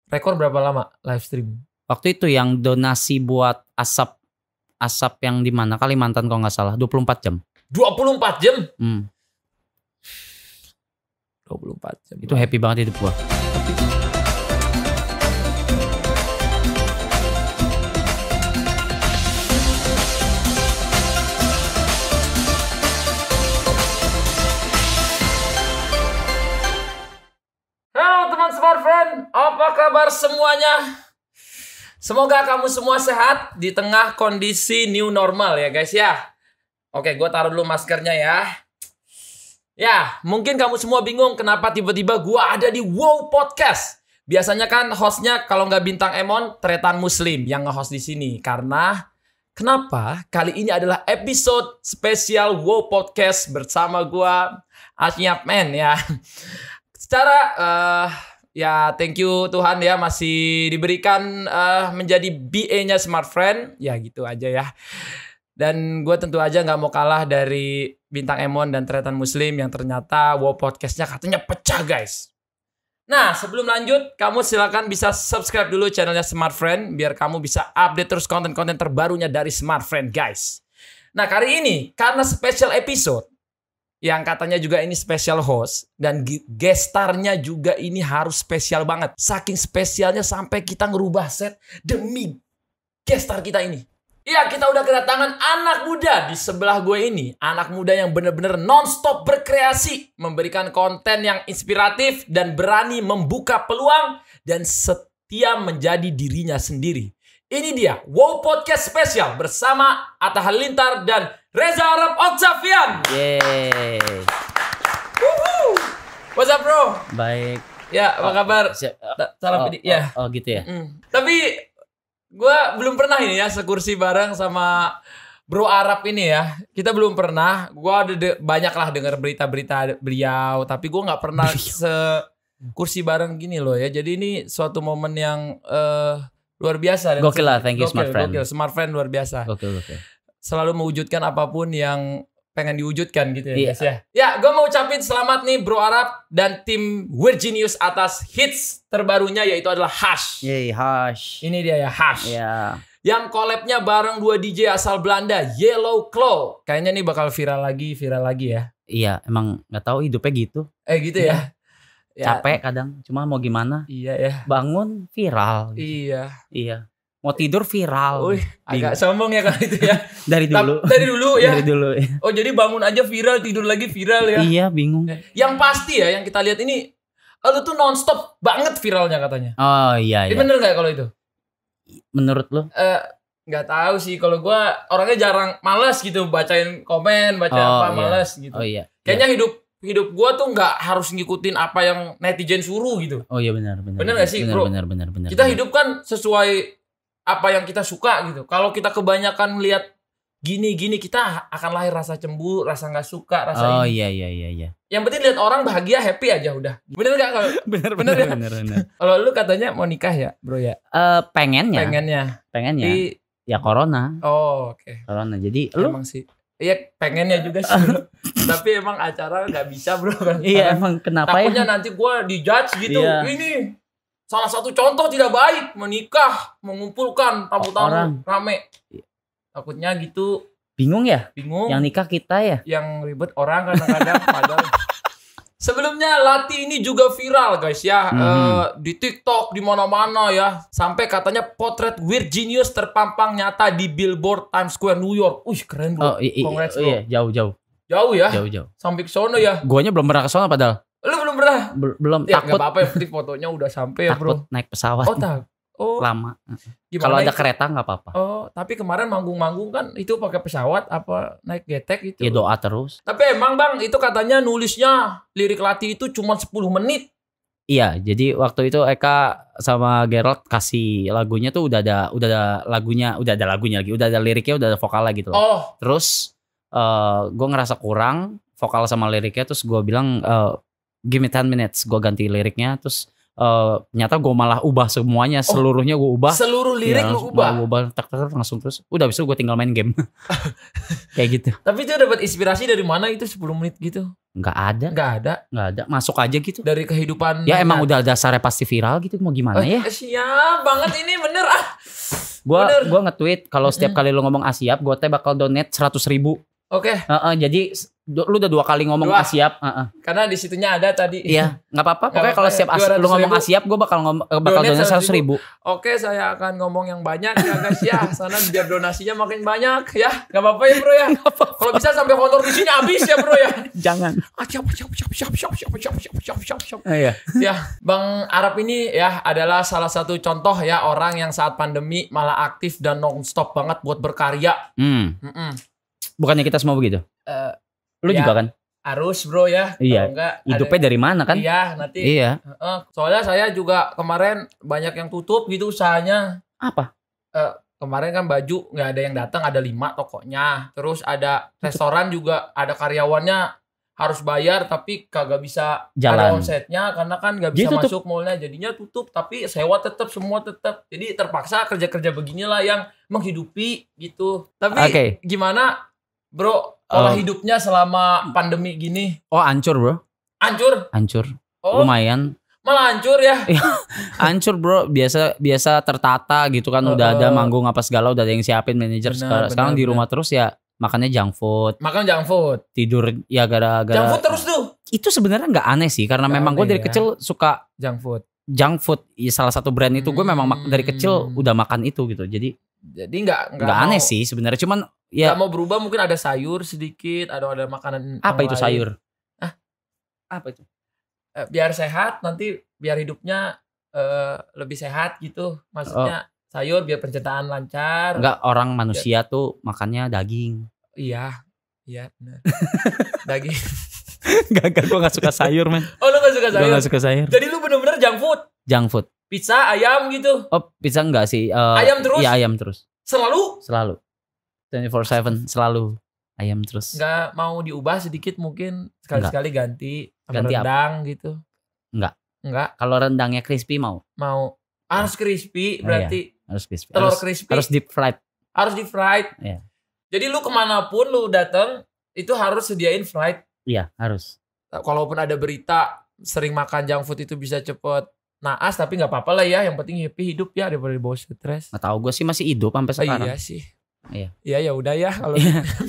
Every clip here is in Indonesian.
rekor berapa lama live stream? Waktu itu yang donasi buat asap yang di mana Kalimantan kalau nggak salah 24 jam. 24 jam? 24 jam. Itu happy banget hidup gua. Halo teman Smart Friend, apa kabar semuanya? Semoga kamu semua sehat di tengah kondisi new normal ya guys ya. Oke, gue taruh dulu maskernya ya. Ya, mungkin kamu semua bingung kenapa tiba-tiba gue ada di Wow Podcast. Biasanya kan hostnya kalau nggak Bintang Emon, Tretan Muslim yang nge-host di sini. Karena kenapa? Kali ini adalah episode spesial Wow Podcast bersama gue, Asyap Men ya. Secara ya thank you Tuhan ya masih diberikan menjadi BA-nya Smart Friend. Ya gitu aja ya. Dan gue tentu aja gak mau kalah dari Bintang Emon dan Tretan Muslim yang ternyata Wow Podcast-nya katanya pecah guys. Nah sebelum lanjut, kamu silakan bisa subscribe dulu channelnya Smart Friend biar kamu bisa update terus konten-konten terbarunya dari Smart Friend guys. Nah kali ini karena special episode yang katanya juga ini special host dan guest star-nya juga ini harus spesial banget. Saking spesialnya sampai kita ngerubah set demi guest star kita ini. Iya, kita udah kedatangan anak muda di sebelah gue ini. Anak muda yang bener-bener non-stop berkreasi, memberikan konten yang inspiratif dan berani membuka peluang dan setia menjadi dirinya sendiri. Ini dia Wow Podcast spesial bersama Atta Halilintar dan Reza Arab Octavian. Yeay. What's up bro? Baik. Ya, apa kabar? Salam PD. Ya. Oh gitu ya. Tapi gue belum pernah ini ya sekursi bareng sama Bro Arab ini ya. Kita belum pernah. Gue ada banyak lah dengar berita-berita beliau, tapi gue nggak pernah sekursi bareng gini loh ya. Jadi ini suatu momen yang luar biasa. Gokil lah, thank you Smart Friend. Gokil, Smart Friend luar biasa. Gokil. Selalu mewujudkan apapun yang pengen diwujudkan gitu ya guys ya. Ya, gue mau ucapin selamat nih Bro Arab dan tim Virginius atas hits terbarunya yaitu adalah Hush. Yeay, Hush. Ini dia ya, Hush. Ya. Yang collabnya bareng 2 DJ asal Belanda, Yellow Claw. Kayaknya nih bakal viral lagi ya. Iya, emang nggak tahu hidupnya gitu. Gitu ya. Capek kadang, cuma mau gimana? Iya ya. Bangun viral. Gitu. Iya. Mau tidur viral. Agak sombong ya kalau itu ya. Dari dulu ya. Dari dulu. Oh jadi bangun aja viral, tidur lagi viral ya. Iya, bingung. Yang pasti ya, yang kita lihat ini, lu tuh nonstop banget viralnya katanya. Oh iya. Bener nggak kalau itu? Menurut lu? Nggak tahu sih. Kalau gue orangnya jarang, malas gitu bacain komen, malas gitu. Oh iya. Kayaknya hidup gue tuh nggak harus ngikutin apa yang netizen suruh gitu. Oh iya benar. Bener nggak sih bro? Benar. Kita hidup kan sesuai apa yang kita suka gitu. Kalau kita kebanyakan melihat gini kita akan lahir rasa cemburu, rasa nggak suka, rasa ini. Iya. Yang penting lihat orang bahagia, happy aja udah. Bener nggak kalau? Bener. Kalau lu katanya mau nikah ya, bro ya? Pengennya. Ya corona. Oh oke. Corona. Jadi lu emang sih. Iya pengennya juga sih. Tapi emang acara nggak bisa bro kan. Iya emang kenapa ya? Takutnya nanti gue dijudge gitu. Iya. Ini salah satu contoh tidak baik menikah, mengumpulkan tamu-tamu rame. Takutnya gitu. Bingung ya? Bingung. Yang nikah kita ya? Yang ribet orang kadang-kadang. Padahal sebelumnya Lati ini juga viral guys ya. Di TikTok di mana-mana ya. Sampai katanya potret Virginius terpampang nyata di Billboard Times Square New York. Keren bro. Congrats bro. Iya, jauh. Jauh ya? Jauh. Sampai ke sono ya? Guanya belum pernah ke sono padahal. Lu belum pernah? Belum. Ya, takut. Gak apa-apa yang penting fotonya udah sampai ya bro. Takut naik pesawat. Lama. Kalau ada kereta nggak apa-apa. Tapi kemarin manggung-manggung kan itu pakai pesawat apa naik getek gitu. Ya doa terus. Tapi emang bang itu katanya nulisnya lirik Lati itu cuma 10 menit. Iya, jadi waktu itu Eka sama Gerald kasih lagunya tuh udah ada lagunya lagi, udah ada liriknya, udah ada vokalnya gitu loh. Terus gue ngerasa kurang vokal sama liriknya, terus gue bilang give me 10 minutes, gue ganti liriknya, terus ternyata gue malah ubah semuanya, seluruhnya gue ubah. Seluruh lirik lu ubah? Gue ubah, tak langsung terus. Udah abis itu gue tinggal main game. Kayak gitu. Tapi itu dapat inspirasi dari mana itu 10 menit gitu? Nggak ada. Masuk aja gitu. Dari kehidupan. Ya emang udah dasarnya pasti viral gitu. Mau gimana ya? Siap banget ini bener Gua nge-tweet kalau setiap kali lu ngomong Asiap, gue bakal donate 100.000. Oke. Jadi lu udah 2 kali ngomong Asiap. Karena di situnya ada tadi. Iya, nggak apa-apa. Pokoknya kalau setiap lu ngomong Asiap, gue bakal donate 100.000. Oke, saya akan ngomong yang banyak ya guys ya. Sana biar donasinya makin banyak ya. Gak apa-apa ya bro ya. Kalau bisa sampai kotor di sini habis ya bro ya. Jangan. Siap. Ya, Bang Arab ini ya adalah salah satu contoh ya orang yang saat pandemi malah aktif dan non-stop banget buat berkarya. Bukannya kita semua begitu? Lu ya, juga kan? Harus bro ya. Iya. Hidupnya dari mana kan? Iya nanti. Iya. Soalnya saya juga kemarin banyak yang tutup gitu usahanya. Apa? Kemarin kan baju nggak ada yang datang, ada 5 tokonya. Terus ada restoran juga ada karyawannya harus bayar tapi kagak bisa jalan. Ada omsetnya karena kan nggak bisa masuk mallnya, jadinya tutup. Tapi sewa tetap, semua tetap. Jadi terpaksa kerja beginilah yang menghidupi gitu. Tapi gimana bro pola hidupnya selama pandemi gini? Hancur bro. Hancur. Lumayan. Malah hancur ya? Hancur bro. Biasa tertata gitu kan. Udah ada manggung apa segala. Udah ada yang siapin manajer. Sekarang di rumah terus ya. Makannya junk food. Tidur ya gara-gara. Junk food terus tuh. Itu sebenarnya nggak aneh sih. Karena memang gue dari kecil suka junk food. Ya, salah satu brand itu gue memang dari kecil udah makan itu gitu. Jadi nggak aneh sih sebenarnya. Cuman ya nggak mau berubah, mungkin ada sayur sedikit, ada makanan. Apa itu lain. Sayur? Apa itu? Biar sehat, nanti biar hidupnya lebih sehat gitu. Maksudnya sayur biar pencernaan lancar. Enggak, orang manusia tuh makannya daging. Iya benar. Daging. Gak, gue gak suka sayur men. Oh lu gak suka sayur? Gue gak suka sayur. Jadi lu bener-bener junk food? Pizza, ayam gitu? Oh pizza enggak sih. Ayam terus? Iya ayam terus. Selalu? 24/7 selalu ayam terus. Nggak mau diubah sedikit mungkin sekali-sekali ganti rendang apa? Gitu? Enggak. Kalau rendangnya crispy mau? Harus crispy berarti. Iya. Harus crispy. Telur crispy. Harus deep fried. Iya. Jadi lu kemanapun lu datang itu harus sediain fried. Iya harus. Kalaupun ada berita sering makan junk food itu bisa cepet naas, tapi nggak apa-apa lah ya. Yang penting happy hidup ya daripada dibawa stres. Nggak tahu, gue sih masih hidup sampai sekarang. Iya sih. Iya. Iya ya udah ya kalau.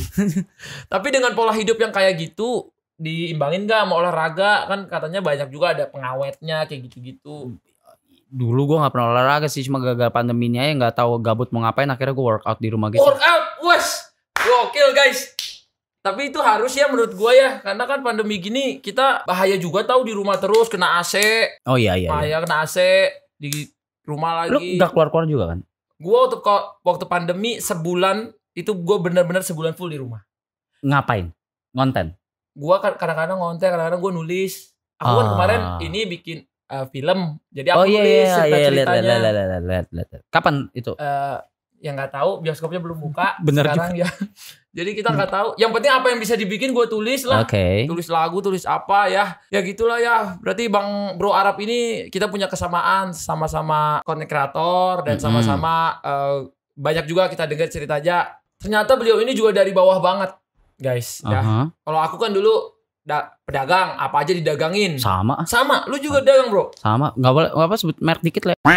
Tapi dengan pola hidup yang kayak gitu diimbangin nggak sama olahraga? Kan katanya banyak juga ada pengawetnya kayak gitu-gitu. Dulu gue nggak pernah olahraga sih, cuma gagal pandeminya ya nggak tahu gabut mau ngapain, akhirnya gue workout di rumah gitu. Workout, wes, gokil guys. Tapi itu harus ya menurut gue ya, karena kan pandemi gini kita bahaya juga tahu di rumah terus kena AC. Oh iya. Bahaya kena AC di rumah lagi. Lu nggak keluar juga kan? Gue waktu pandemi sebulan itu gue benar-benar sebulan full di rumah. Ngapain? Ngonten? Gue kadang-kadang ngonten, kadang-kadang gue nulis. Aku kan kemarin ini bikin film, jadi aku nulis cerita-ceritanya. Lihat. Kapan itu? Yang nggak tahu, bioskopnya belum buka. Bener sekarang juga. Ya. Jadi kita nggak tahu. Yang penting apa yang bisa dibikin gue tulis lah. Tulis lagu, tulis apa ya. Ya gitulah ya. Berarti Bro Arab ini kita punya kesamaan, sama-sama content creator dan sama-sama banyak juga kita dengar cerita aja. Ternyata beliau ini juga dari bawah banget, guys. Ya. Kalau aku kan dulu pedagang, apa aja didagangin. Sama. Lu juga dagang bro? Sama. Nggak boleh apa sebut merek dikit lah.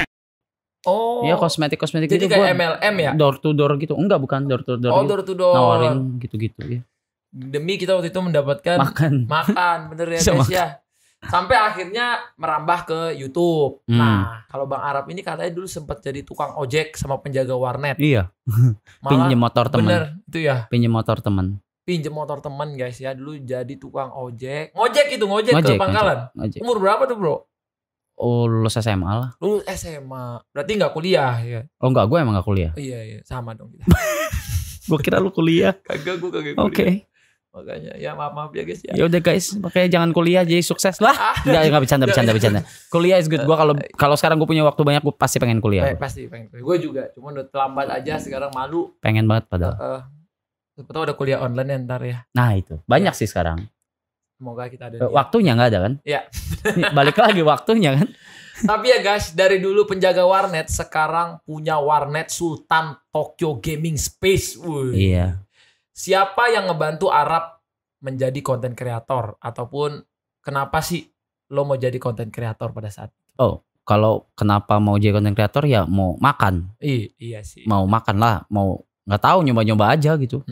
Oh. Iya kosmetik jadi gitu. Jadi kayak MLM ya? Door to door gitu. Enggak, bukan door to door. Oh, door to door. Nawarin gitu-gitu ya. Demi kita waktu itu mendapatkan makan bener ya guys ya. Sampai akhirnya merambah ke YouTube. Nah, kalau Bang Arab ini katanya dulu sempat jadi tukang ojek sama penjaga warnet. Iya. Pinjem motor teman. Bener, itu ya. Pinjem motor teman guys ya, dulu jadi tukang ojek. Ngojek ke pangkalan. Ngojek. Umur berapa tuh, Bro? Oh, lulus SMA lah. Lulus SMA. Berarti enggak kuliah ya? Oh, enggak, gue emang enggak kuliah. Iya, sama dong kita. Gue kira lu kuliah. Gue kagak kuliah. Oke. Makanya ya maaf ya guys ya. Ya udah guys, makanya jangan kuliah jadi sukses lah. Enggak bercanda. Kuliah is good. Gue kalau sekarang gue punya waktu banyak, gue pasti pengen kuliah. Pasti pengen kuliah. Gue juga, cuma udah terlambat aja sekarang, malu. Pengen banget padahal. Tahu ada kuliah online ya ntar ya. Nah itu banyak sih sekarang. Semoga kita ada. Waktunya nggak ada kan? Iya. Balik lagi waktunya kan. Tapi ya guys, dari dulu penjaga warnet, sekarang punya warnet Sultan Tokyo Gaming Space. Iya. Siapa yang ngebantu Arab menjadi konten kreator ataupun kenapa sih lo mau jadi konten kreator pada saat itu? Oh, kalau kenapa mau jadi konten kreator ya mau makan. Iya sih. Mau makan lah, mau nggak tahu nyoba-nyoba aja gitu.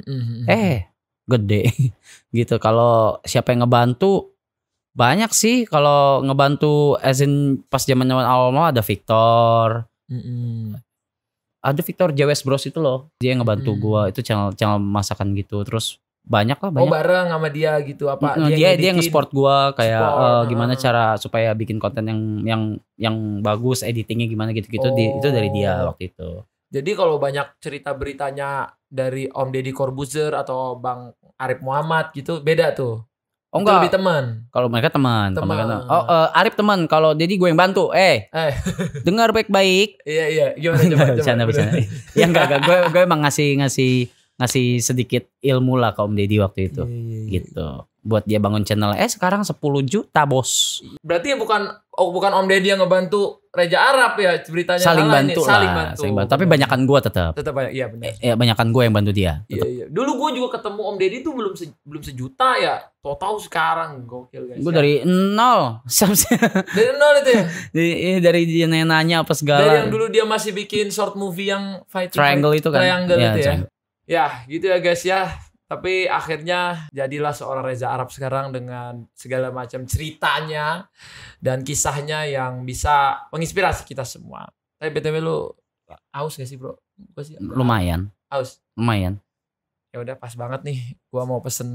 Gede gitu. Kalau siapa yang ngebantu banyak sih. Kalau ngebantu as in pas zaman-zaman awal ada Victor. Ada Victor JWS Bros itu loh. Dia yang ngebantu gua, itu channel masakan gitu. Terus banyak lah, banyak. Oh, bareng sama dia gitu apa? Dia nge-sport gua kayak gimana cara supaya bikin konten yang bagus, editingnya gimana gitu-gitu. Itu dari dia waktu itu. Jadi kalau banyak cerita beritanya dari Om Deddy Corbuzier atau Bang Arif Muhammad gitu beda tuh. Oh enggak. Lebih teman. Kalau mereka teman. Arif teman. Kalau Deddy gue yang bantu. Dengar baik-baik. Iya. Gimana? Bercanda. Ya enggak. Gue emang ngasih sedikit ilmu lah ke Om Deddy waktu itu. Gitu. Buat dia bangun channel. Sekarang 10 juta bos. Berarti ya bukan Om Deddy yang ngebantu Reza Arab ya beritanya. Saling bantu. Tapi banyakan gue tetap. Tetap banyak, iya benar. Banyakan gue yang bantu dia. Iya. Dulu gue juga ketemu Om Deddy tuh belum sejuta ya. Tahu sekarang gokil guys. Gue dari nol. Dari nol itu ya. Dari dia nanya apa segala. Dari yang dulu dia masih bikin short movie yang Triangle itu kan. Triangle itu ya. Ya gitu ya guys ya. Tapi akhirnya jadilah seorang Reza Arab sekarang dengan segala macam ceritanya dan kisahnya yang bisa menginspirasi kita semua. Tapi BTW lu aus gak sih bro? Gua sih lumayan. Aus? Lumayan. Ya udah pas banget nih. Gua mau pesen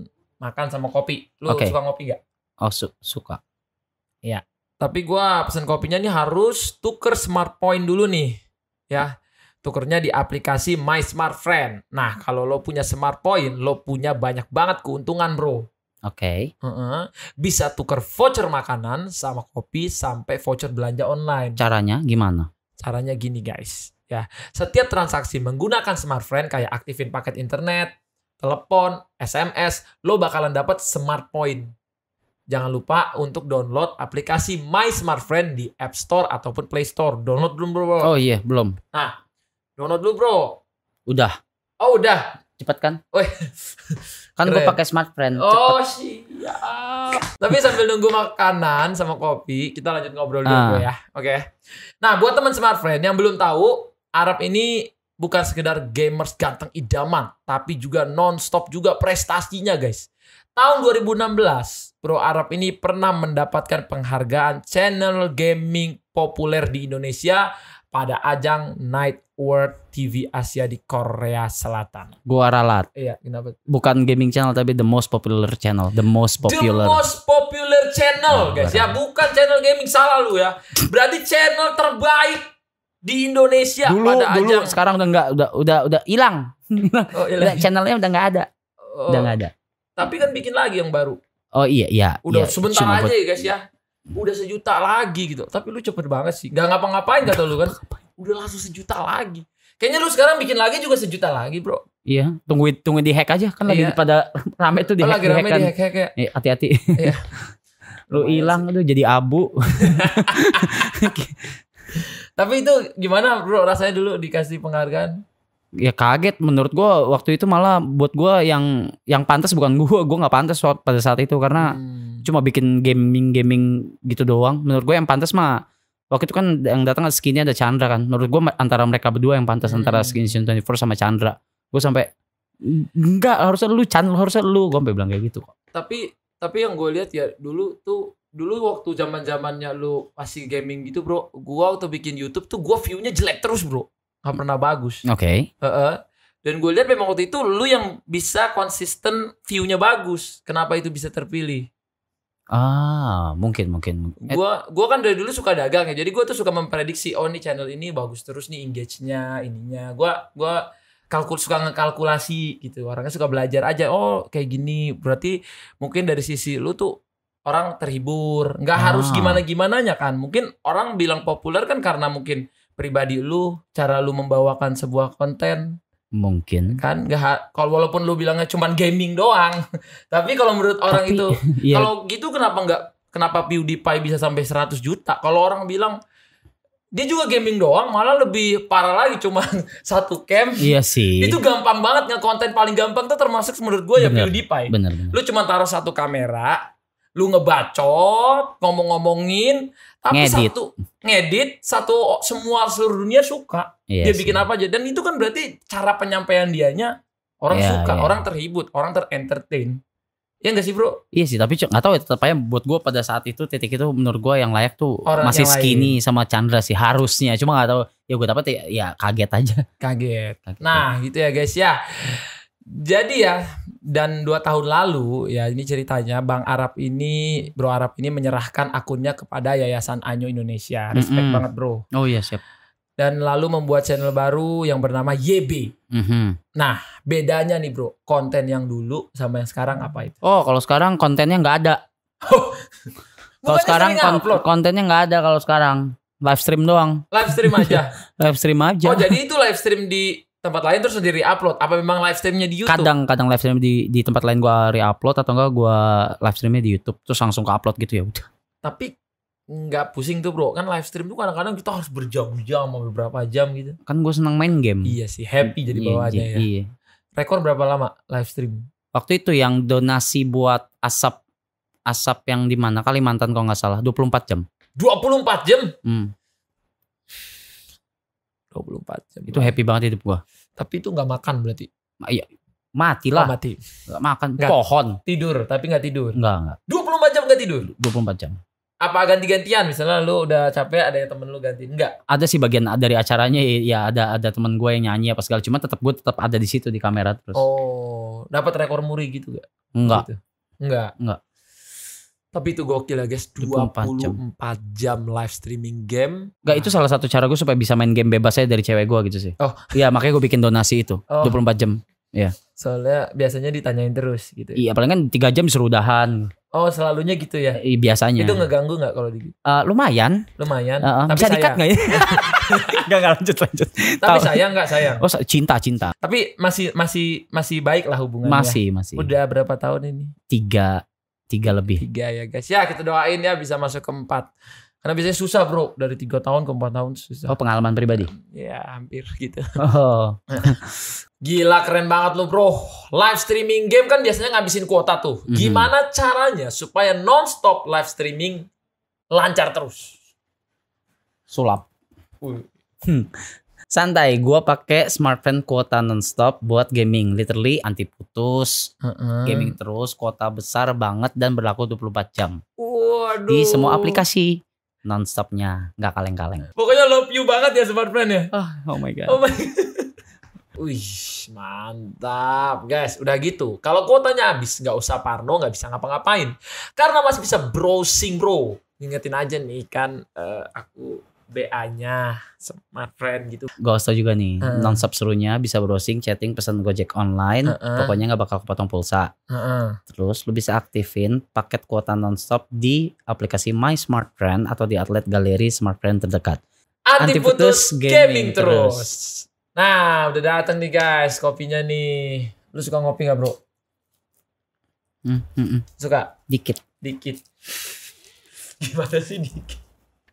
makan sama kopi. Lu suka ngopi gak? Oh suka. Iya. Tapi gua pesen kopinya nih harus tuker smart point dulu nih. Ya. Tukernya di aplikasi My Smart Friend. Nah, kalau lo punya smart point, lo punya banyak banget keuntungan, bro. Oke. Bisa tuker voucher makanan sama kopi sampai voucher belanja online. Caranya gimana? Caranya gini, guys. Ya, setiap transaksi menggunakan Smart Friend kayak aktifin paket internet, telepon, SMS, lo bakalan dapat smart point. Jangan lupa untuk download aplikasi My Smart Friend di App Store ataupun Play Store. Download belum, bro? Oh iya, belum. Nah, download dulu bro. Udah. Oh udah. Cepet kan? Kan gue pakai Smart Friend. Oh siap. Tapi sambil nunggu makanan sama kopi, kita lanjut ngobrol dulu ya. Oke. Nah buat teman Smart Friend yang belum tahu, Arab ini bukan sekedar gamers ganteng idaman, tapi juga non-stop juga prestasinya guys. Tahun 2016, Bro Arab ini pernah mendapatkan penghargaan channel gaming populer di Indonesia pada ajang Night World TV Asia di Korea Selatan. Gua ralat. Iya, kenapa? Bukan gaming channel tapi the most popular channel. The most popular channel, guys. Ya, bukan channel gaming, salah lu ya. Berarti channel terbaik di Indonesia pada ajang. Sekarang udah hilang. Channelnya udah enggak ada. Udah enggak ada. Tapi kan bikin lagi yang baru. Oh iya. Udah sebentar aja ya, guys ya. Udah 1 juta lagi gitu. Tapi lu cepet banget sih. Gak ngapa-ngapain kata lu kan. Udah langsung 1 juta lagi. Kayaknya lu sekarang bikin lagi juga 1 juta lagi bro. Iya. Tunggu di hack aja. Kan lagi pada rame tuh di hack. Lagi rame di hack ya. Hati-hati. Iya. Lu hilang tuh jadi abu. Tapi itu gimana bro rasanya dulu dikasih penghargaan? Ya kaget menurut gue waktu itu, malah buat gue yang pantas bukan gue nggak pantas pada saat itu karena cuma bikin gaming gitu doang. Menurut gue yang pantas mah waktu itu kan yang datang skinnya ada Chandra kan. Menurut gue antara mereka berdua yang pantas, antara Skin 24 sama Chandra. Gue sampai enggak, harusnya lu gue sampai bilang kayak gitu kok. Tapi yang gue lihat ya dulu waktu zamannya lu masih gaming gitu bro, gue waktu bikin YouTube tuh gue view-nya jelek terus bro. Gak pernah bagus. Oke. Dan gue lihat memang waktu itu lu yang bisa konsisten view-nya bagus. Kenapa itu bisa terpilih? Mungkin. Gua kan dari dulu suka dagang ya. Jadi gue tuh suka memprediksi, oh nih channel ini bagus terus nih engage-nya, ininya. Gua suka ngekalkulasi gitu. Orangnya suka belajar aja. Oh kayak gini. Berarti mungkin dari sisi lu tuh orang terhibur. Nggak harus gimana-gimananya kan. Mungkin orang bilang populer kan karena mungkin pribadi lu, cara lu membawakan sebuah konten. Mungkin kan kalau walaupun lu bilangnya cuman gaming doang. Tapi kalau menurut orang itu kalau gitu kenapa PewDiePie bisa sampai 100 juta? Kalau orang bilang Dia juga gaming doang, malah lebih parah lagi, cuma satu cam. Iya sih. Itu gampang banget, konten paling gampang tuh termasuk menurut gue ya PewDiePie. Bener. Lu cuma taruh satu kamera, lu ngebacot, ngomong-ngomongin, tapi ngedit satu, seluruh dunia suka. Dia bikin apa aja, dan itu kan berarti cara penyampaian dianya orang suka, orang terhibur, orang terentertain. Iya gak sih bro? Iya sih, tapi gak tahu ya, tetap aja buat gue pada saat itu, titik itu menurut gue yang layak tuh orang masih Skinny sama Chandra sih harusnya. Cuma gak tahu, ya gue dapet ya kaget aja. Kaget. Nah gitu ya guys ya. Jadi ya, dan 2 tahun lalu ya ini ceritanya Bro Arab ini menyerahkan akunnya kepada Yayasan Anyo Indonesia. Respect banget bro. Oh iya siap. Dan lalu membuat channel baru yang bernama YB. Nah bedanya nih bro, konten yang dulu sama yang sekarang apa itu? Oh kalau sekarang kontennya nggak ada. Kalau sekarang kontennya nggak ada kalau sekarang. Live stream doang. Live stream aja? Live stream aja. Oh jadi itu live stream di tempat lain terus sendiri upload? Apa memang live streamnya di YouTube? Kadang live stream di tempat lain gue re-upload, atau enggak gue live streamnya di YouTube terus langsung ke upload gitu ya udah. Tapi nggak pusing tuh bro, kan live stream tuh kadang-kadang kita harus berjam-jam, beberapa jam gitu. Kan gue senang main game. Iya sih, happy jadi bawaannya ya. Iya. Rekor berapa lama live stream? Waktu itu yang donasi buat asap yang di mana Kalimantan kalau nggak salah 24 jam. 24 jam? 24 jam. Itu happy banget hidup gue. Tapi itu nggak makan berarti? Iya. Mati lah. Mati. Nggak makan. Pohon. Tidur, tapi nggak tidur. Enggak. 24 jam nggak tidur? 24 jam. Apa ganti-gantian? Misalnya lu udah capek, ada yang temen lu gantiin? Enggak. Ada sih bagian dari acaranya ya, ada temen gue yang nyanyi apa segala, cuma gue tetap ada di situ di kamera terus. Oh, dapat rekor muri gitu gak? Enggak. Gitu. Enggak. Tapi itu gokil ya guys, 24 jam live streaming game. Enggak, itu salah satu cara gue supaya bisa main game bebas aja dari cewek gue gitu sih. Oh. Iya, makanya gue bikin donasi itu. 24 jam. Iya. Soalnya biasanya ditanyain terus gitu. Iya, paling kan 3 jam disuruh udahan. Oh, selalunya gitu ya? Biasanya. Itu ngeganggu gak kalau gitu? Lumayan. Tapi bisa di-cut gak ya? Gak lanjut. Tapi sayang gak sayang? Oh, cinta. Tapi masih baik lah hubungannya. Masih. Udah berapa tahun ini? 3 lebih. 3 ya guys. Ya kita doain ya bisa masuk ke 4. Karena biasanya susah bro, dari 3 tahun ke 4 tahun susah. Oh, pengalaman pribadi? Ya hampir gitu. Oh. Gila keren banget lu bro. Live streaming game kan biasanya ngabisin kuota tuh. Gimana caranya supaya non-stop live streaming lancar terus? Sulap. Santai, gue pakai smartphone kuota non-stop buat gaming. Literally anti putus. Gaming terus, kuota besar banget dan berlaku 24 jam. Waduh. Di semua aplikasi. Non-stopnya gak kaleng-kaleng. Pokoknya love you banget ya smartphone ya. Oh my god. Wih mantap guys. Udah gitu, kalau kuotanya habis gak usah parno, gak bisa ngapa-ngapain, karena masih bisa browsing bro. Ingetin aja nih kan, aku BA-nya smartphone gitu. Gak usah juga nih, non-stop serunya bisa browsing, chatting, pesan Gojek online. Pokoknya gak bakal kepotong pulsa. Terus lu bisa aktifin paket kuota non-stop di aplikasi My Smartfriend atau di outlet galeri smartphone terdekat. Antiputus gaming terus. Nah udah datang nih guys kopinya nih. Lu suka ngopi gak bro? Suka? Dikit. Gimana sih dikit?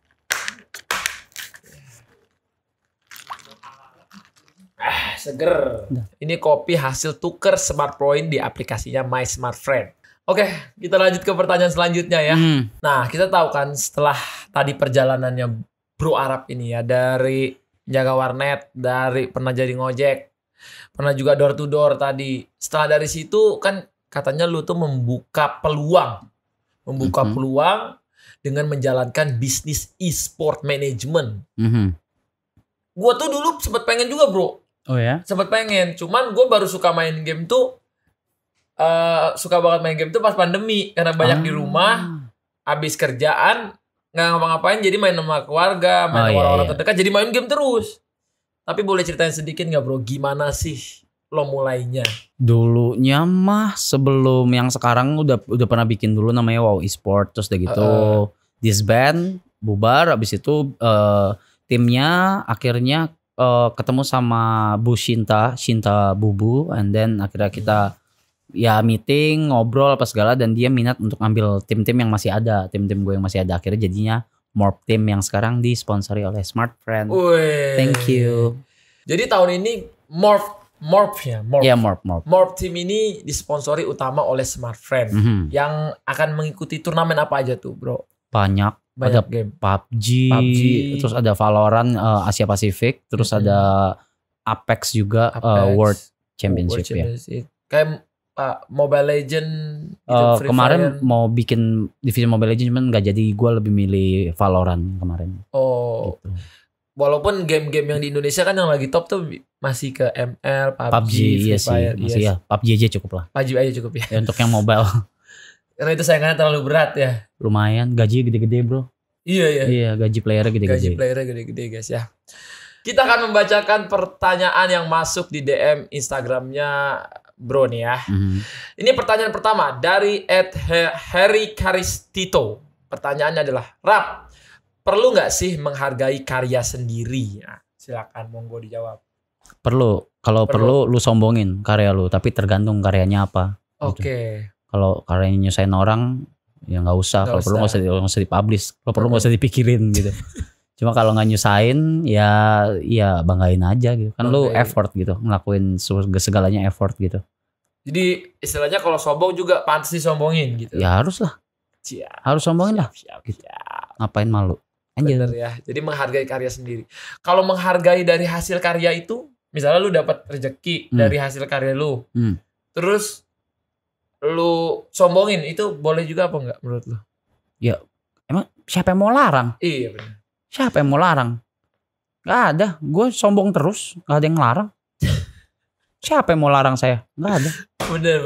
Seger. Ini kopi hasil tuker smart point di aplikasinya My Smart Friend. Oke, kita lanjut ke pertanyaan selanjutnya ya. Nah, kita tahu kan setelah tadi perjalanannya Bro Arab ini ya, dari jaga warnet, dari pernah jadi ngojek, pernah juga door to door tadi. Setelah dari situ kan katanya lu tuh membuka peluang dengan menjalankan bisnis e-sport management. Gue tuh dulu sempet pengen juga bro. Oh ya? Sempet pengen, cuman gue baru suka main game tuh, suka banget main game tuh pas pandemi. Karena banyak di rumah, habis kerjaan, gak ngapa-ngapain, jadi main sama keluarga, main sama orang-orang terdekat, jadi main game terus. Tapi boleh ceritain sedikit gak bro, gimana sih lo mulainya? Dulunya mah sebelum yang sekarang udah pernah bikin dulu namanya Wow Esport. Terus udah gitu disband, bubar, habis itu timnya akhirnya ketemu sama Bu Shinta Bubu, and then akhirnya kita ya meeting, ngobrol apa segala, dan dia minat untuk ambil tim-tim yang masih ada, tim-tim gue yang masih ada. Akhirnya jadinya Morph Team yang sekarang disponsori oleh Smart Friend. Wih. Thank you. Jadi tahun ini Morph ya, Morph. Ya, Morph. Morph Team ini disponsori utama oleh Smart Friend yang akan mengikuti turnamen apa aja tuh, bro? Banyak ada game. PUBG, terus ada Valorant Asia Pasifik, terus ada Apex juga, World Championship ya. Kayak Mobile Legend itu kemarin mau bikin divisi Mobile Legend cuman nggak jadi, gue lebih milih Valorant kemarin. Oh. Gitu. Walaupun game-game yang di Indonesia kan yang lagi top tuh masih ke ML, PUBG, iya sih, masih ya. PUBG aja cukup lah. PUBG aja cukup ya. Untuk yang mobile. Karena itu saingannya terlalu berat ya. Lumayan, gaji gede-gede bro. Iya. Iya, gaji playernya gede-gede. Gaji playernya gede-gede guys ya. Kita akan membacakan pertanyaan yang masuk di DM Instagramnya bro nih ya. Ini pertanyaan pertama dari @Harry Karistito. Pertanyaannya adalah, Rap, perlu nggak sih menghargai karya sendiri? Ya, silakan monggo dijawab. Perlu. Kalau perlu lu sombongin karya lu, tapi tergantung karyanya apa. Oke. Gitu. Kalau karyanya nyusahin orang, ya nggak usah. Kalau perlu nggak usah dipublish. Kalau perlu nggak usah dipikirin gitu. Cuma kalau nggak nyusahin, ya banggain aja gitu. Kan lu effort gitu, ngelakuin segalanya effort gitu. Jadi istilahnya kalau sombong juga pantas disombongin gitu. Ya harus lah. Harus sombongin lah. Gitu. Ngapain malu? Bener ya. Jadi menghargai karya sendiri. Kalau menghargai dari hasil karya itu, misalnya lu dapat rezeki dari hasil karya lu, terus lu sombongin, itu boleh juga apa enggak menurut lu? Ya emang siapa yang mau larang? Iya benar. Siapa yang mau larang? Gak ada. Gue sombong terus, gak ada yang larang. Siapa yang mau larang saya? Gak ada. Bener.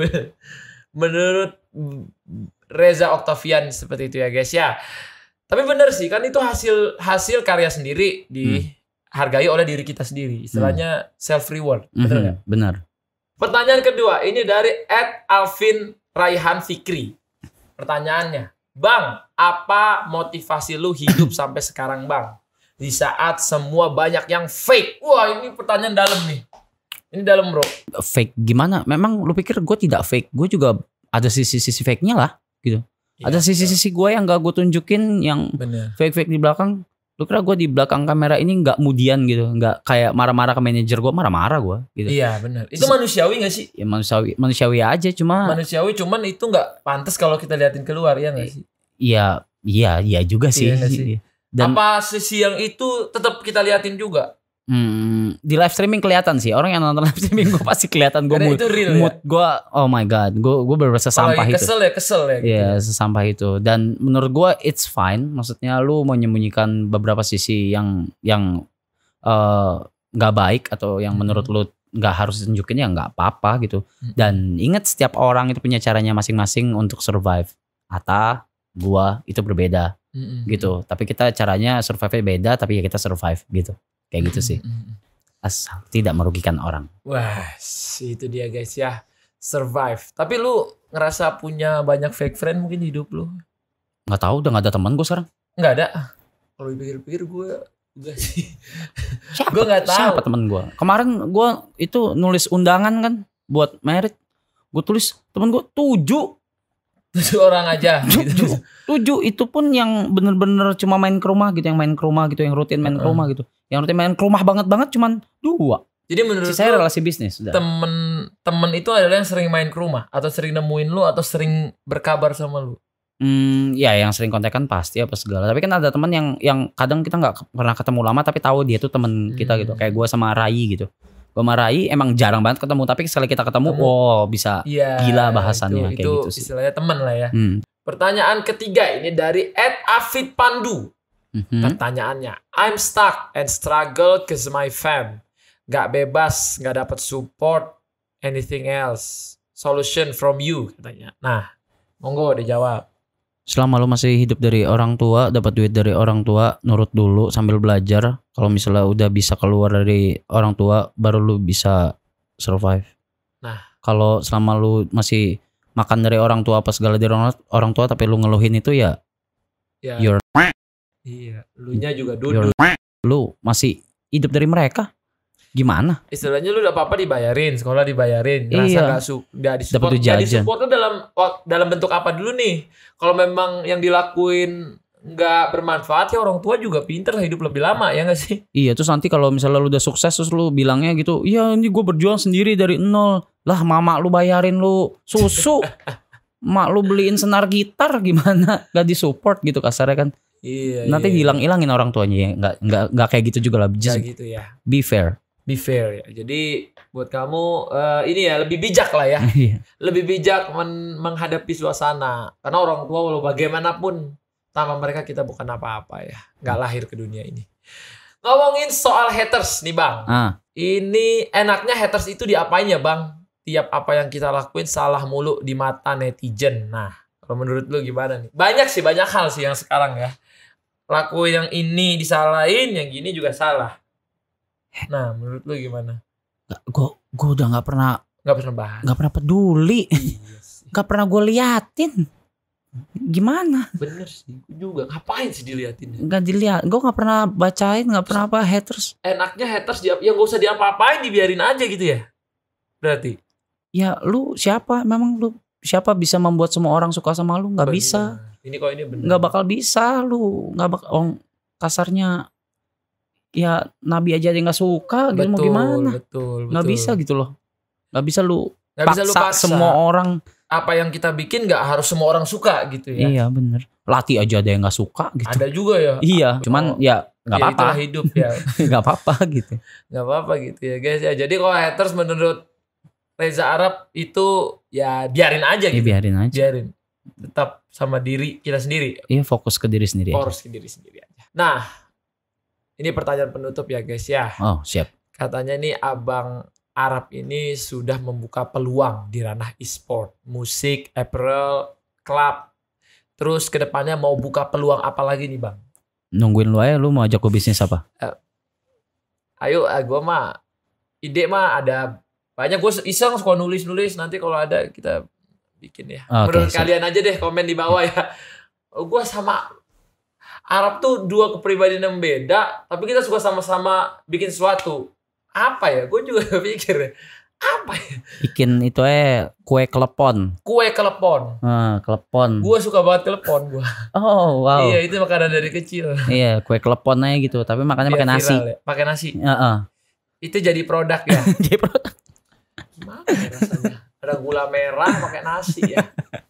Menurut Reza Octavian seperti itu ya guys ya. Tapi bener sih, kan itu hasil karya sendiri dihargai oleh diri kita sendiri. Istilahnya self reward. Bener nggak? Bener. Pertanyaan kedua ini dari @Alvin Raihan Fikri. Pertanyaannya, Bang, apa motivasi lu hidup sampai sekarang, Bang? Di saat semua banyak yang fake. Wah, ini pertanyaan dalam nih. Ini dalam, bro. Fake gimana? Memang lu pikir gue tidak fake? Gue juga ada sisi-sisi fake-nya lah, gitu. Ya, ada sisi-sisi gue yang gak gue tunjukin, yang fake-fake di belakang. Lu kira gue di belakang kamera ini gak mudian gitu, gak kayak marah-marah ke manajer gue, marah-marah gue gitu. Iya benar. Itu manusiawi gak sih? Ya manusiawi aja, cuma manusiawi, cuman itu gak pantas kalau kita liatin keluar, ya gak sih? Iya juga sih. Iya. Dan apa sisi yang itu tetap kita liatin juga? Di live streaming kelihatan sih. Orang yang nonton live streaming gue pasti kelihatan gue mood gue, oh my god, gue bener-bener sesampah itu. Kesel ya gitu. Iya, sesampah itu. Dan menurut gue it's fine. Maksudnya lu menyembunyikan beberapa sisi yang nggak baik atau yang menurut lu nggak harus tunjukin, ya nggak apa-apa gitu. Dan ingat, setiap orang itu punya caranya masing-masing untuk survive. Gua itu berbeda gitu. Tapi kita caranya survive beda, tapi ya kita survive gitu. Kayak gitu sih. Asal tidak merugikan orang. Wah, itu dia guys ya. Survive. Tapi lu ngerasa punya banyak fake friend mungkin di hidup lu? Gak tahu, udah gak ada teman gue sekarang. Gak ada? Kalau dipikir-pikir gue enggak sih. Gue gak tahu. Siapa teman gue? Kemarin gue itu nulis undangan kan buat merit. Gue tulis temen gue 7 orang aja gitu. 7 itu pun yang bener-bener cuma main ke rumah gitu, yang rutin main ke rumah gitu. Yang rutin main ke rumah banget cuman 2. Jadi menurut saya relasi bisnis. Temen itu adalah yang sering main ke rumah, atau sering nemuin lu, atau sering berkabar sama lu? Ya yang sering kontekan pasti apa segala. Tapi kan ada teman yang kadang kita nggak pernah ketemu lama tapi tahu dia tuh temen kita gitu. Kayak gue sama Rai gitu. Gue sama Rai emang jarang banget ketemu, tapi sekali kita ketemu, bisa gila bahasannya kayak gitu sih. Istilahnya teman lah ya. Pertanyaan ketiga ini dari @Afid Pandu. Pertanyaannya, I'm stuck and struggle cause my fam. Gak bebas, gak dapat support, anything else. Solution from you, katanya. Nah, monggo dijawab. Selama lu masih hidup dari orang tua, dapat duit dari orang tua, nurut dulu sambil belajar. Kalau misalnya udah bisa keluar dari orang tua, baru lu bisa survive. Nah, kalau selama lu masih makan dari orang tua apa segala dari orang tua, tapi lu ngeluhin itu ya iya, lunya juga duduk. Lu masih hidup dari mereka. Gimana? Istilahnya lu udah apa-apa dibayarin, sekolah dibayarin, ngerasa gak disupport. Dapat disupport tuh dalam bentuk apa dulu nih? Kalau memang yang dilakuin nggak bermanfaat ya orang tua juga pinter hidup lebih lama ya nggak sih? Iya, terus nanti kalau misalnya lu udah sukses terus lu bilangnya gitu, iya ini gue berjuang sendiri dari nol. Lah mama lu bayarin lu susu, mak lu beliin senar gitar gimana? Gak disupport gitu kasarnya kan? Iya. Nanti hilang-hilangin orang tuanya ya, nggak kayak gitu juga lah. Just gitu ya. Be fair. Be fair ya. Jadi buat kamu ini ya lebih bijak lah ya. Lebih bijak menghadapi suasana. Karena orang tua walau bagaimanapun sama mereka kita bukan apa-apa ya. Nggak lahir ke dunia ini. Ngomongin soal haters nih Bang. Ini enaknya haters itu diapain ya Bang? Tiap apa yang kita lakuin salah mulu di mata netizen. Nah, kalau menurut lu gimana nih? Banyak hal sih yang sekarang ya. Lakuin yang ini disalahin, yang gini juga salah. Nah, menurut lu gimana? Gue udah nggak pernah bahas. Nggak pernah peduli. Nggak pernah gue liatin. Gimana? Bener sih, gue juga. Ngapain sih diliatin? Nggak dilihat. Gue nggak pernah bacain, nggak pernah apa haters. Enaknya haters ya gak usah diapa-apain, dibiarin aja gitu ya. Berarti. Ya lu siapa? Memang lu siapa bisa membuat semua orang suka sama lu? Nggak bisa. Ini kok ini bener. Nggak bakal bisa lu. Nggak bakal. Kasarnya. Ya Nabi aja nggak suka, gitu mau gimana? Betul. Nggak bisa gitu loh. Nggak bisa lu paksa semua orang. Apa yang kita bikin nggak harus semua orang suka gitu ya. Iya bener. Latih aja ada yang nggak suka gitu. Ada juga ya. Iya. Cuman ya nggak apa-apa. Itulah hidup ya. Nggak apa-apa gitu. Nggak apa-apa gitu ya guys ya. Jadi kalau haters menurut Reza Arab itu ya biarin aja gitu. Biarin aja. Biarin. Tetap sama diri kita sendiri. Iya fokus ke diri sendiri. Fokus ke diri sendiri aja. Nah. Ini pertanyaan penutup ya guys ya. Oh siap. Katanya nih Abang Arab ini sudah membuka peluang di ranah e-sport, musik, apparel, klub. Terus kedepannya mau buka peluang apa lagi nih Bang? Nungguin lu aja, lu mau ajak gue bisnis apa? Ayo, gue mah ide mah ada banyak. Gue iseng suka nulis nanti kalau ada kita bikin ya. Menurut kalian aja deh komen di bawah ya. Gue sama Arab tuh dua kepribadian yang beda, tapi kita suka sama-sama bikin sesuatu. Apa ya? Gue juga pikir ya. Apa ya? Bikin itu kue kelepon. Kelepon. Gue suka banget kelepon gue. Oh wow. Iya itu makanan dari kecil. Iya kue kelepon aja gitu, tapi makannya pakai nasi. Ya. Pakai nasi. Itu jadi produk ya. Jadi produk. Gimana ya rasanya? Ada gula merah pakai nasi ya.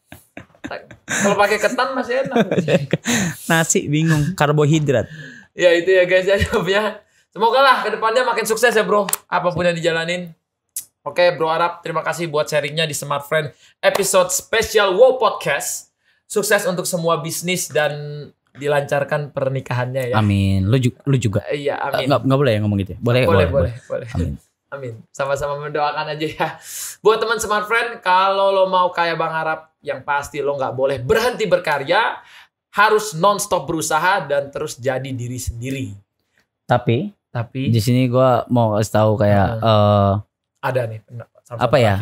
Kalau pakai ketan masih enak. Nasi bingung, karbohidrat. Ya itu ya guys ya jawabnya. Semoga lah kedepannya makin sukses ya bro. Apapun yang dijalanin. Oke bro Arab, terima kasih buat sharingnya di Smart Friend episode spesial Wow Podcast. Sukses untuk semua bisnis dan dilancarkan pernikahannya ya. Amin. Lu juga. Iya amin. Nggak boleh ya ngomong gitu. Boleh. Amin. Amin. Sama-sama mendoakan aja ya. Buat teman Smart Friend, kalau lo mau kayak Bang Arab, yang pasti lo nggak boleh berhenti berkarya, harus non-stop berusaha dan terus jadi diri sendiri. Tapi di sini gue mau kasih tahu kayak ada nih. Apa ya?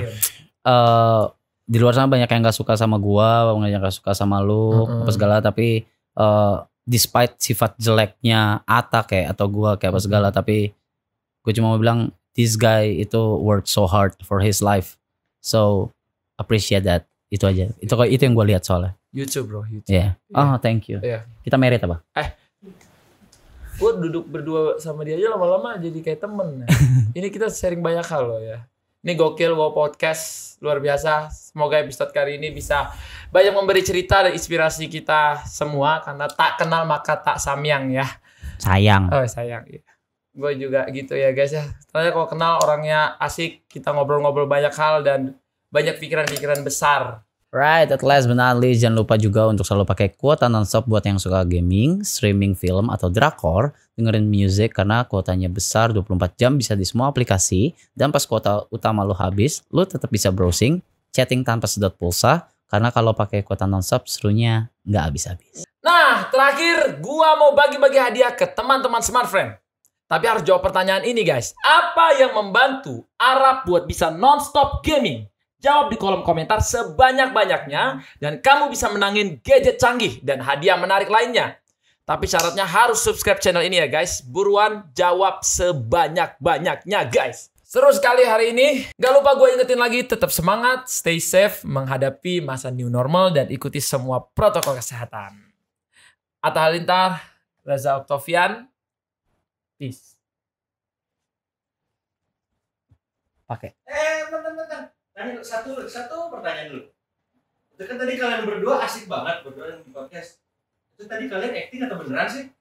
Di luar sana banyak yang nggak suka sama gue, banyak yang nggak suka sama lu, apa segala. Tapi despite sifat jeleknya Ata kayak atau gue kayak apa segala, tapi gue cuma mau bilang this guy itu worked so hard for his life, so appreciate that. Itu aja. Itu yang gue lihat soalnya. YouTube bro. Yeah. Oh thank you. Yeah. Kita merit apa? Gue duduk berdua sama dia aja lama-lama jadi kayak temen. Ini kita sharing banyak hal loh ya. Ini gokil Wow Podcast luar biasa. Semoga episode kali ini bisa banyak memberi cerita dan inspirasi kita semua, karena tak kenal maka tak samyang ya. Sayang. Oh sayang. Iya. Gue juga gitu ya guys ya. Ternyata kalau kenal orangnya asik, kita ngobrol-ngobrol banyak hal dan banyak pikiran-pikiran besar. Right, at last but not least, jangan lupa juga untuk selalu pakai kuota nonstop buat yang suka gaming, streaming film, atau drakor. Dengerin music karena kuotanya besar 24 jam bisa di semua aplikasi. Dan pas kuota utama lo habis, lo tetap bisa browsing, chatting tanpa sedot pulsa. Karena kalau pakai kuota nonstop, serunya nggak habis-habis. Nah, terakhir gua mau bagi-bagi hadiah ke teman-teman Smart Friend. Tapi harus jawab pertanyaan ini guys. Apa yang membantu Arab buat bisa nonstop gaming? Jawab di kolom komentar sebanyak-banyaknya dan kamu bisa menangin gadget canggih dan hadiah menarik lainnya. Tapi syaratnya harus subscribe channel ini ya guys. Buruan jawab sebanyak-banyaknya guys. Seru sekali hari ini. Gak lupa gue ingetin lagi, tetap semangat, stay safe menghadapi masa new normal dan ikuti semua protokol kesehatan. Atta Halilintar, Reza Oktavian. Peace. Pakai. Bentar. Tanya satu pertanyaan dulu. Itu kan tadi kalian berdua asik banget berdua di podcast. Itu tadi kalian acting atau beneran sih?